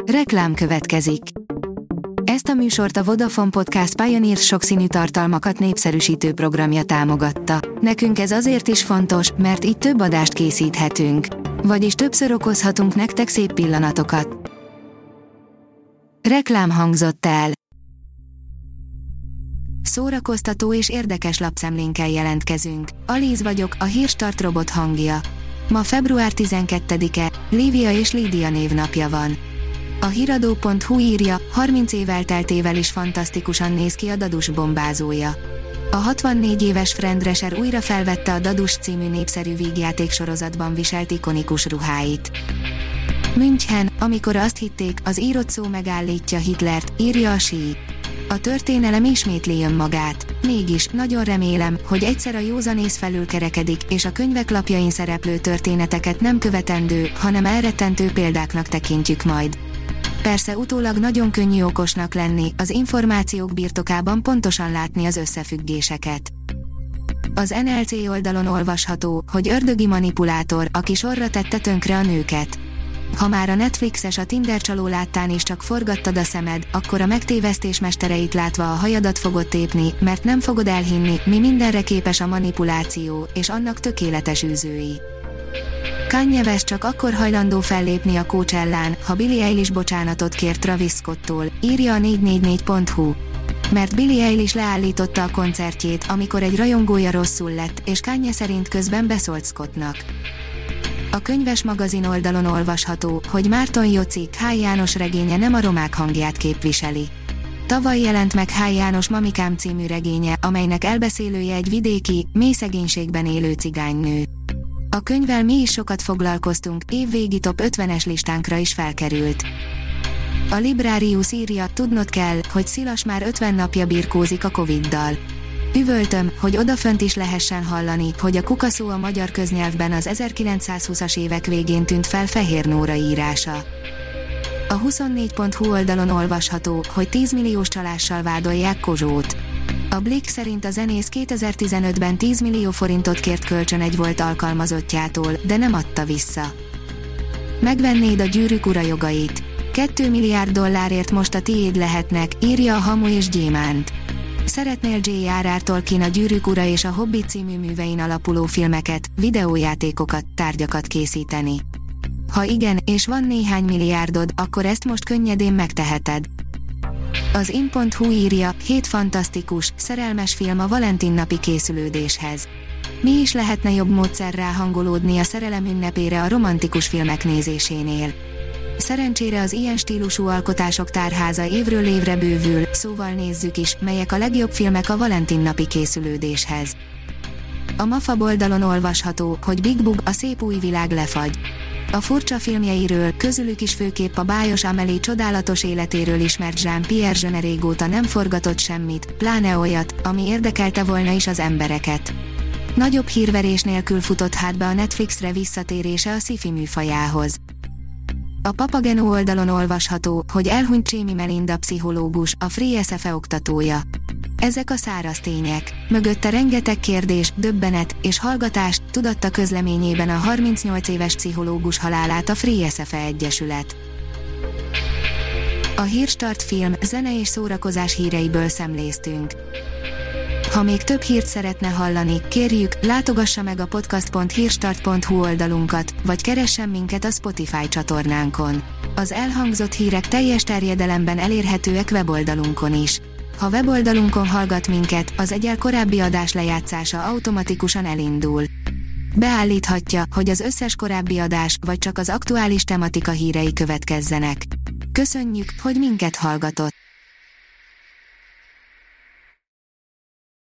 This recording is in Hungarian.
Reklám következik. Ezt a műsort a Vodafone Podcast Pioneer sokszínű tartalmakat népszerűsítő programja támogatta. Nekünk ez azért is fontos, mert így több adást készíthetünk. Vagyis többször okozhatunk nektek szép pillanatokat. Reklám hangzott el. Szórakoztató és érdekes lapszemlénkkel jelentkezünk. Alíz vagyok, a Hírstart robot hangja. Ma február 12-e, Lívia és Lídia névnapja van. A hiradó.hu írja, 30 év elteltével is fantasztikusan néz ki a Dadus bombázója. A 64 éves Fran Drescher újra felvette a Dadus című népszerű vígjátéksorozatban viselt ikonikus ruháit. München, amikor azt hitték, az írott szó megállítja Hitlert, írja a Sí. A történelem ismétli önmagát. Mégis, nagyon remélem, hogy egyszer a józanész felül kerekedik, és a könyvek lapjain szereplő történeteket nem követendő, hanem elrettentő példáknak tekintjük majd. Persze utólag nagyon könnyű okosnak lenni, az információk birtokában pontosan látni az összefüggéseket. Az NLC oldalon olvasható, hogy ördögi manipulátor, aki sorra tette tönkre a nőket. Ha már a Netflixes a Tinder csaló láttán is csak forgattad a szemed, akkor a megtévesztés mestereit látva a hajadat fogod tépni, mert nem fogod elhinni, mi mindenre képes a manipuláció, és annak tökéletes űzői. Kanye West csak akkor hajlandó fellépni a Coachellán, ha Billie Eilish bocsánatot kér Travis Scotttól, írja a 444.hu. Mert Billie Eilish leállította a koncertjét, amikor egy rajongója rosszul lett, és Kanye szerint közben beszólt Scottnak. A könyves magazin oldalon olvasható, hogy Márton Joci, H. János regénye nem a romák hangját képviseli. Tavaly jelent meg H. János Mamikám című regénye, amelynek elbeszélője egy vidéki, mély szegénységben élő cigánynő. A könyvvel mi is sokat foglalkoztunk, évvégi top 50-es listánkra is felkerült. A Librarius írja, tudnod kell, hogy Szilas már 50 napja birkózik a Covid-dal. Üvöltöm, hogy odafönt is lehessen hallani, hogy a kukaszó a magyar köznyelvben az 1920-as évek végén tűnt fel Fehér Nóra írása. A 24.hu oldalon olvasható, hogy 10 milliós csalással vádolják Kozsót. A Blick szerint a zenész 2015-ben 10 millió forintot kért kölcsön egy volt alkalmazottjától, de nem adta vissza. Megvennéd a Gyűrűk ura jogait. 2 milliárd dollárért most a tiéd lehetnek, írja a Hamu és Gyémánt. Szeretnél J.R.R. Tolkien a Gyűrűk ura és a Hobbit című művein alapuló filmeket, videójátékokat, tárgyakat készíteni? Ha igen, és van néhány milliárdod, akkor ezt most könnyedén megteheted. Az in.hu írja, 7 fantasztikus, szerelmes film a Valentin napi készülődéshez. Mi is lehetne jobb módszer ráhangolódni a szerelem ünnepére a romantikus filmek nézésénél? Szerencsére az ilyen stílusú alkotások tárháza évről évre bővül, szóval nézzük is, melyek a legjobb filmek a Valentin napi készülődéshez. A MAFA oldalon olvasható, hogy Big Bug, a szép új világ lefagy. A furcsa filmjeiről, közülük is főképp a bájos Amélie csodálatos életéről ismert Jean-Pierre Jeunet régóta nem forgatott semmit, pláne olyat, ami érdekelte volna is az embereket. Nagyobb hírverés nélkül futott hát be a Netflixre visszatérése a sci-fi műfajához. A Papageno oldalon olvasható, hogy elhunyt Csémi Melinda pszichológus, a Free SFE oktatója. Ezek a száraz tények. Mögötte rengeteg kérdés, döbbenet és hallgatás, tudatta közleményében a 38 éves pszichológus halálát a Free SFE Egyesület. A Hírstart film, zene és szórakozás híreiből szemléztünk. Ha még több hírt szeretne hallani, kérjük, látogassa meg a podcast.hírstart.hu oldalunkat, vagy keressen minket a Spotify csatornánkon. Az elhangzott hírek teljes terjedelemben elérhetőek weboldalunkon is. Ha weboldalunkon hallgat minket, az egyel korábbi adás lejátszása automatikusan elindul. Beállíthatja, hogy az összes korábbi adás, vagy csak az aktuális tematika hírei következzenek. Köszönjük, hogy minket hallgatott!